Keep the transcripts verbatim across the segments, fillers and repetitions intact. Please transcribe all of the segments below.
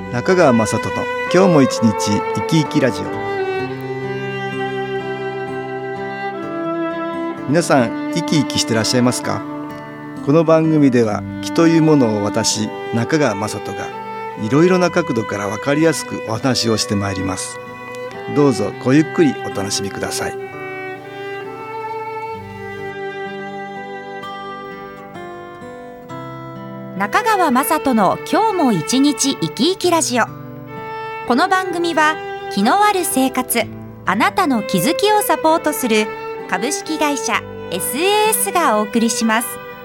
中川雅人の今日も一日生き生きラジオ。皆さん生き生きしてらっしゃいますか？この番組では気というものを私中川雅人がいろいろな角度から分かりやすくお話をしてまいります。どうぞごゆっくりお楽しみください。 中川雅人の今日も一日生き生きラジオ。この番組は気のある生活、あなたの気づきをサポートする株式会社 エスエーエス がお送りします。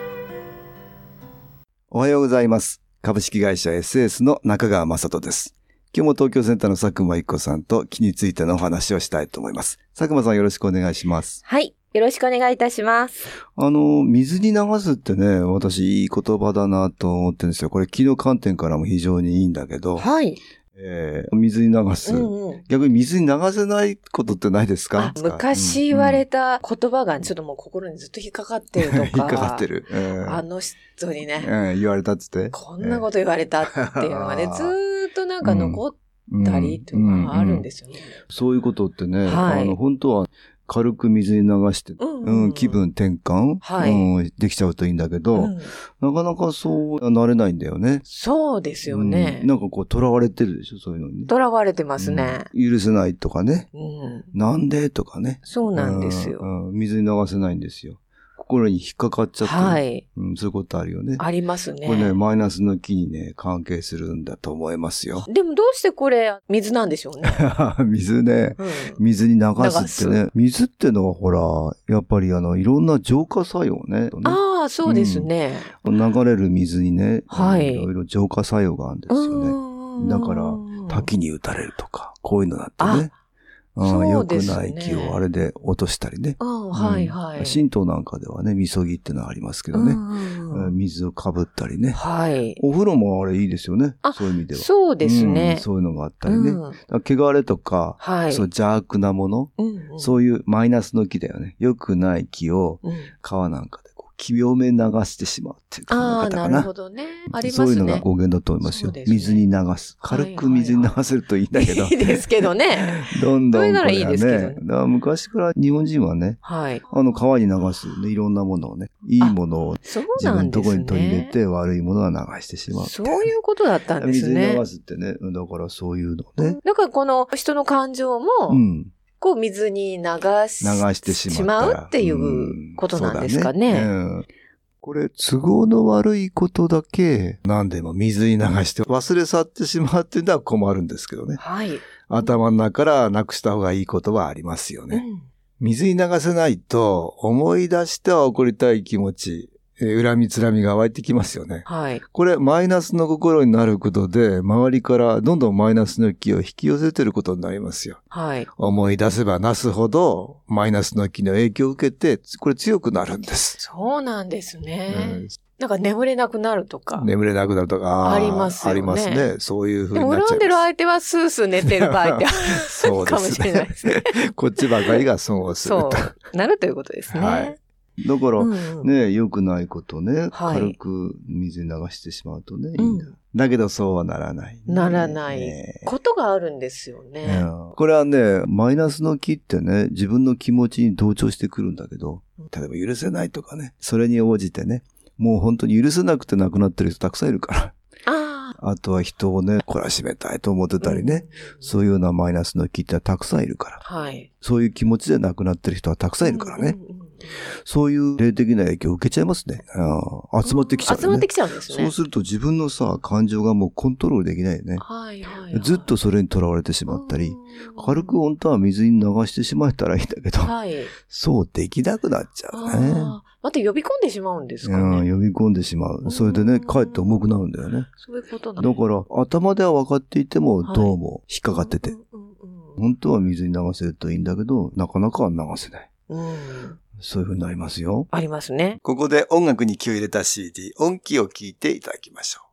おはようございます。株式会社 エスエーエス の中川雅人です。今日も東京センターの佐久間一子さんと気についてのお話をしたいと思います。佐久間さんよろしくお願いします。 はい。よろしくお願いいたします。 あの、水に流すってね、私いい言葉だなと思ってるんですよ。これ気の観点からも非常にいいんだけど。 はい。 えー、水に流す、うんうん。逆に水に流せないことってないですか？ 昔言われた言葉がちょっともう心にずっと引っかかってるとか。 引っかかってる。えー、 あの人にね、 えー。言われたっつって。 こんなこと言われたっていうのがね、えー、ずーっとなんか残ったりっていうのがあるんですよね。うんうんうん、 そういうことってね、 はい、 あの本当は軽く水に流して、うんうんうん、気分転換、はいうん、できちゃうといいんだけど、うん、なかなかそうなれないんだよね。 そうですよね。 うん、なんかこう囚われてるでしょ、そういうのにね。 囚われてますね。 うん、許せないとかね、うん。なんでとかね。 そうなんですよ、 うん。水に流せないんですよ。心に引っかかっちゃってる、はいうん、そういうことあるよね。 ありますね。 これね、マイナスの気にね、関係するんだと思いますよ。 でもどうしてこれ、水なんでしょうね。 水ね、うん、水に流すってね。水ってのはほら、やっぱりあの、いろんな浄化作用ね。 ああ、そうですね、 うん。流れる水にね、はい、いろいろ浄化作用があるんですよね。だから、滝に打たれるとか、こういうのだってね。うん、良くない気をあれで落としたりね。 うん、はいはい。 神道なんかではね、みそぎってのはありますけどね。うん、水をかぶったりね。はい。お風呂もあれいいですよね。そういう意味では。 そうですね、 うん。そういうのがあったりね。うん、汚れとか、はい、そう邪悪なもの、うんうん、そういうマイナスの気だよね。良くない気を川なんかでこう清め流してしまうっていう考え方かな。 ああ、なるほどね。ありますね。 そういうのが語源だと思いますよ。すね、水に流す。軽く水に流せるといいんだけど。 はいはいはい、いいですけどね。 どんどんこれはね。 そういうならいいですけどね。 だから昔から日本人はね、はい、あの川に流す、ね、いろんなものをね、いいものを自分のところに取り入れて、悪いものは流してしまう。 そういうことだったんですね。 水に流すってね、だからそういうのね。 だからこの人の感情も、うんこう水に流し、流してしまうっていうことなんですかね。うん、ねこれ、都合の悪いことだけ、何でも水に流して忘れ去ってしまうっていうのは困るんですけどね。はい。頭の中からなくした方がいいことはありますよね。うん、水に流せないと、思い出しては怒りたい気持ち、えー、恨みつらみが湧いてきますよね。はい。これ、マイナスの心になることで、周りからどんどんマイナスの気を引き寄せてることになりますよ。はい。思い出せばなすほど、マイナスの気の影響を受けて、これ強くなるんです。 そうなんですね。うん、なんか眠れなくなるとか。 眠れなくなるとか。 ありますよね。 ありますね。そういう風になっちゃいます。 恨んでる相手はスースー寝てる場合ってあるかもしれないですね。 こっちばかりが損をすると。 そう。なるということですね。はい。 だから、うん、ね、良くないことね、はい、軽く水に流してしまうとね、いいんだ。うん、だけどそうはならない、ね。 ならないことがあるんですよね、 うん。これはね、マイナスの気ってね、自分の気持ちに同調してくるんだけど、例えば許せないとかね、それに応じてね、もう本当に許せなくて亡くなってる人たくさんいるから。あとは人をね、懲らしめたいと思ってたりね、うん、そういうようなマイナスの気ってたくさんいるから。はい。そういう気持ちで亡くなってる人はたくさんいるからね。うんうん、そういう霊的な影響を受けちゃいますね。あ集まってきちゃう、ね、 集まってきちゃうんですね。 そうすると自分のさ、感情がもうコントロールできないよね。はいはいはい、ずっとそれに囚われてしまったり、軽く本当は水に流してしまったらいいんだけど、はい、そうできなくなっちゃうね。 また呼び込んでしまうんですかね。 うん、呼び込んでしまう。それでね、かえって重くなるんだよね。 そういうことなんだ。 だから、頭では分かっていても、どうも引っかかってて。はい、本当は水に流せるといいんだけど、なかなかは流せない。うん、そういう風になりますよ。 ありますね。 ここで音楽に気を入れた シーディー、音気を聞いていただきましょう。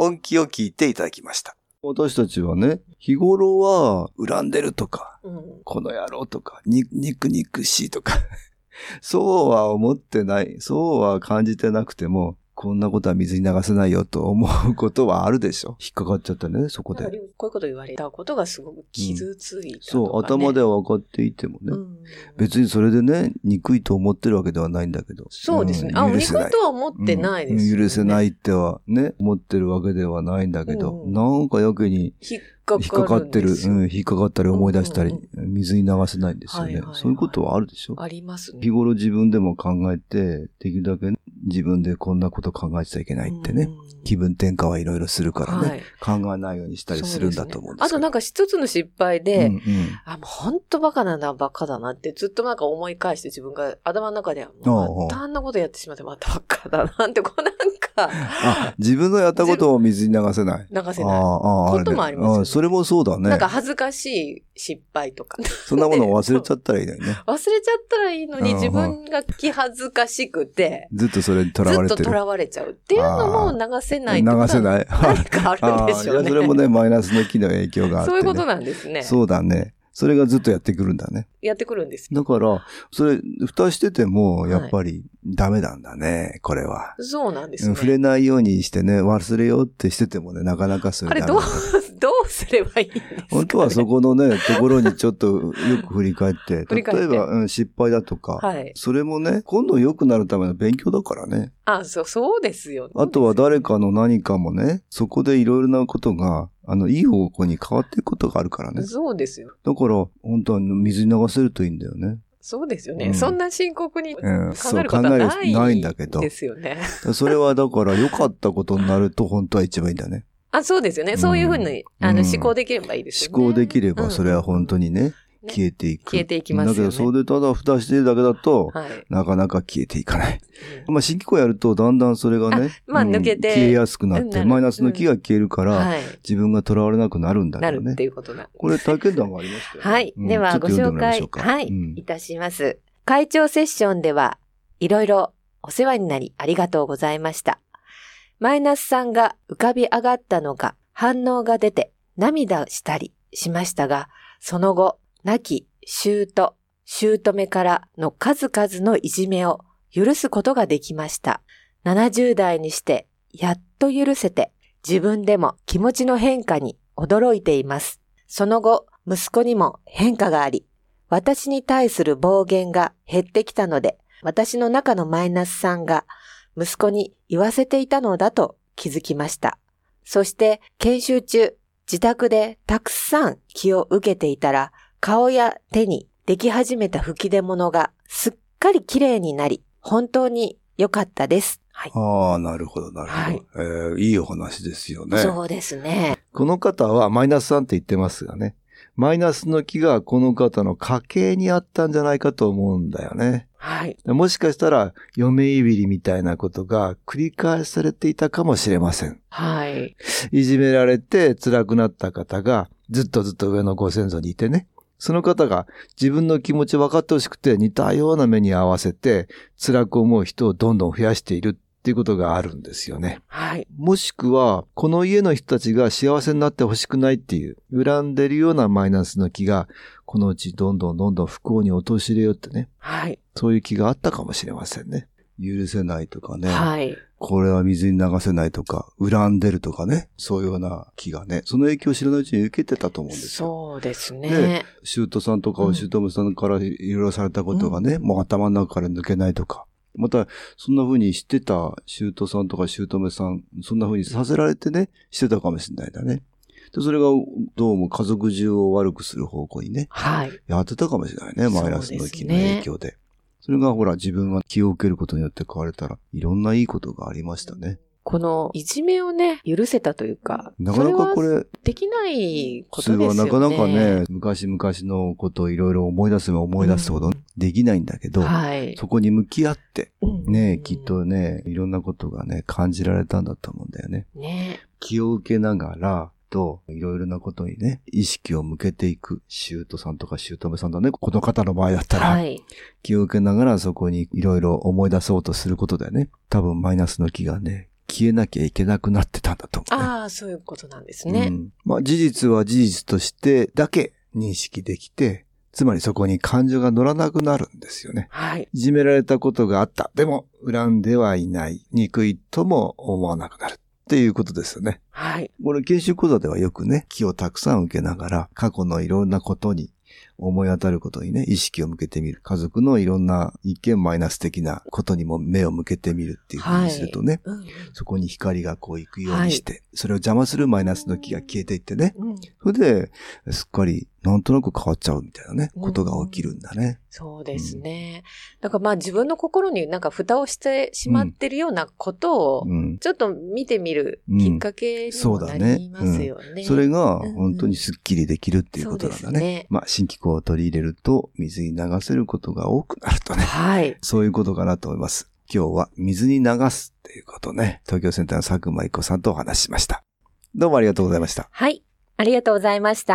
音気を聞いていただきました。私たちはね、日頃は恨んでるとか、うん、この野郎とか、に、肉肉しいとか、そうは思ってない、そうは感じてなくても、こんなことは水に流せないよと思うことはあるでしょ。引っかかっちゃったね、そこで。 こういうこと言われたことがすごく傷ついたとか、ねうん、 そう、頭では分かっていてもね、うん。別にそれでね、憎いと思ってるわけではないんだけど。 そうですね。うん、あ、憎いとは思ってないです、ねうん。許せないってはね、思ってるわけではないんだけど、うん、なんかやけに引っかかってる、うん、引っかかったり思い出したり、うんうんうん、水に流せないんですよね、はいはいはい。そういうことはあるでしょ。 ありますね。 日頃自分でも考えて、できるだけ自分でこんなこと考えちゃいけないってね。気分転換はいろいろするからね、はい。考えないようにしたりするんだと思うんですけど。 あとなんか一つの失敗で、うんうん、あ、もう本当バカなんだ、バカだなってずっとなんか思い返して自分が頭の中では、またあんなことやってしまってまたバカだなって、こうなんか。 あ、自分のやったことを水に流せない。 流せない。ああこともありますよね。 それもそうだね。 なんか恥ずかしい失敗とか。 そんなものを忘れちゃったらいいのにね。 忘れちゃったらいいのに自分が気恥ずかしくて。 ずっとそれに囚われてる。 ずっと囚われちゃうっていうのも流せないってことは流せない。 何かあるんでしょうね。 いや、それもね、マイナスの気の影響があって、ね。 そういうことなんですね。 そうだね。それがずっとやってくるんだね。 やってくるんです。 だから、それ、蓋してても、やっぱり、ダメなんだね、はい、これは。 そうなんですね。 触れないようにしてね、忘れようってしててもね、なかなかそれダメ。 あれ、どう、どうすればいいんですか、ね、 本当はそこのね、ところにちょっとよく振り返って、例えば、うん、失敗だとか、はい、それもね、今度良くなるための勉強だからね。 あ、そう、そうですよ。 あとは誰かの何かもね、そこでいろいろなことが、あの、いい方向に変わっていくことがあるからね。 そうですよ。 だから、本当は水に流せるといいんだよね。 そうですよね。うん、そんな深刻に考えることはない、うん、 ないんだけど。 ですよね。 それはだから良かったことになると本当は一番いいんだね。 あ、そうですよね。そういうふうに、うん、あの、思考できればいいですよね。 思考できれば、それは本当にね。うんね、消えていく。 消えていきますよね。 だけど、それでただ蓋してるだけだと、はい、なかなか消えていかない。うん、まあ、新機構やると、だんだんそれがね、 まあ、抜けて、 うん、消えやすくなって、うん、マイナスの気が消えるから、うんはい、自分が囚われなくなるんだけどね。 なるっていうことだ。 これ体験談がありましたよね。 はい。うん、では、ご紹介、はい、うん、いたします。会長セッションでは、いろいろお世話になり、ありがとうございました。マイナスさんが浮かび上がったのが、反応が出て、涙したりしましたが、その後、亡き姑、姑からの数々のいじめを許すことができました。ななじゅう代にして、やっと許せて、自分でも気持ちの変化に驚いています。その後、息子にも変化があり、私に対する暴言が減ってきたので、私の中のマイナスさんが息子に言わせていたのだと気づきました。そして、研修中、自宅でたくさん気を受けていたら、顔や手にでき始めた吹き出物がすっかり綺麗になり、本当に良かったです。はい、 ああ、なるほど、なるほど、はいえー。いいお話ですよね。 そうですね。 この方はマイナスさんって言ってますがね。マイナスの気がこの方の家系にあったんじゃないかと思うんだよね。 はい。 もしかしたら、嫁いびりみたいなことが繰り返されていたかもしれません。 はい。 いじめられて辛くなった方が、ずっとずっと上のご先祖にいてね。その方が自分の気持ち分かってほしくて似たような目に合わせて辛く思う人をどんどん増やしているっていうことがあるんですよね。 はい。 もしくは、この家の人たちが幸せになってほしくないっていう、恨んでるようなマイナスの気が、このうちどんどんどんどん不幸に陥れようってね。 はい。 そういう気があったかもしれませんね。許せないとかね。 はい。 これは水に流せないとか、恨んでるとかね。そういうような気がね。その影響を知らないうちに受けてたと思うんですよ。そうですね。 で、舅さんとかお姑さんからいろいろされたことがね、うん、もう頭の中から抜けないとか。また、そんな風にしてた舅さんとか姑さん、そんな風にさせられてね、してたかもしれないんだね。で、それがどうも家族中を悪くする方向にね。 はい。 やってたかもしれないね、マイナスの気の影響で。それがほら自分が気を受けることによって変われたら、いろんないいことがありましたね。 このいじめをね、許せたというか、 なかなかこれ、 できないことですよね。 普通はなかなかね、昔々のことをいろいろ思い出せば思い出すほどできないんだけど、うんはい、そこに向き合って、ね、うん、きっとね、いろんなことがね、感じられたんだと思うんだよね。 ね。 気を受けながら、と、いろいろなことにね、意識を向けていく。舅さんとか姑さんだね。この方の場合だったら、はい、気を受けながらそこにいろいろ思い出そうとすることでね、多分マイナスの気がね、 消えなきゃいけなくなってたんだと思う、ね。 ああ、そういうことなんですね。うん、 まあ事実は事実としてだけ認識できて、つまりそこに感情が乗らなくなるんですよね。 はい。 いじめられたことがあった。でも、恨んではいない。憎いとも思わなくなる。っていうことですよね。 はい。 これ研修講座ではよくね、気をたくさん受けながら、過去のいろんなことに、思い当たることにね、意識を向けてみる。家族のいろんな一見マイナス的なことにも目を向けてみるっていうふうにするとね、はいうん、そこに光がこう行くようにして、はい、それを邪魔するマイナスの気が消えていってね、うん、それで、すっかりなんとなく変わっちゃうみたいなね、ことが起きるんだね。うん、 そうですね。だからまあ自分の心になんか蓋をしてしまってるようなことを、ちょっと見てみるきっかけにもなりますよね。うん、 ねうん、それが本当にスッキリできるっていうことなんだね。うん、ねまあ新機構を取り入れると水に流せることが多くなるとね。はい。そういうことかなと思います。今日は水に流すっていうことね。東京センターの佐久間一子さんとお話ししました。どうもありがとうございました。 はい。ありがとうございました。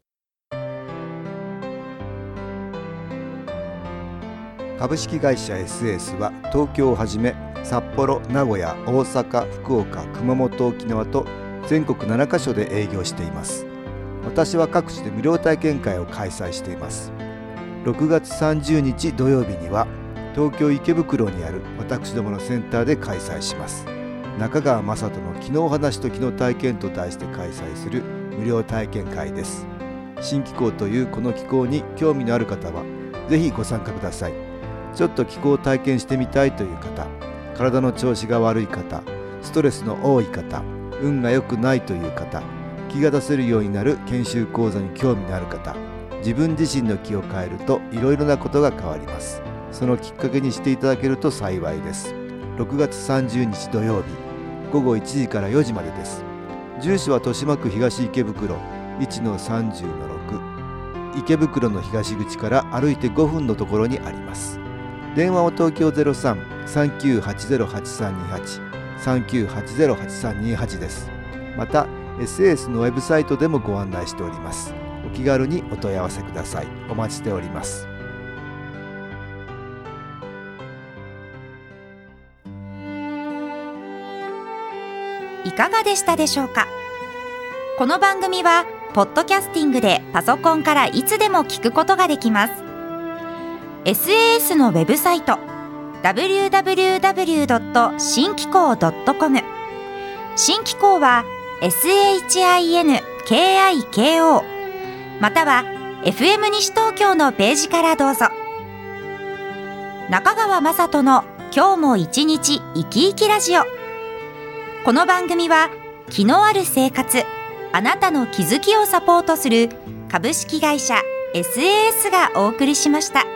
株式会社 エスエーエス は東京をはじめ札幌、名古屋、大阪、福岡、熊本、沖縄と全国ななカ所で営業しています。私は各地で無料体験会を開催しています。ろくがつさんじゅうにち土曜日には東京池袋にある私どものセンターで開催します。中川雅人の昨日話と昨日体験と題して開催する無料体験会です。新気候というこの気候に興味のある方はぜひご参加ください。ちょっと気候を体験してみたいという方、体の調子が悪い方、ストレスの多い方、運が良くないという方、気が出せるようになる研修講座に興味のある方、自分自身の気を変えるといろいろなことが変わります。そのきっかけにしていただけると幸いです。ろくがつさんじゅうにち土曜日、ごごいちじからよじまでです。住所は豊島区東池袋 いちのさんじゅうのろく、池袋の東口から歩いてごふんのところにあります。電話は東京 ゼロさん さんきゅうはちゼロ はちさんにはち さんきゅうはちゼロ はちさんにはちです。また エスエーエス のウェブサイトでもご案内しております。お気軽にお問い合わせください。お待ちしております。 いかがでしたでしょうか。この番組はポッドキャスティングでパソコンからいつでも聞くことができます。エスエーエス のウェブサイト ダブリューダブリューダブリュードットシンキコードットコム 新気候は エスエイチアイエヌケーアイケーオー または エフエム 西東京のページからどうぞ。中川雅人の今日も一日生き生きラジオ。この番組は気のある生活、あなたの気づきをサポートする株式会社 エスエーエス がお送りしました。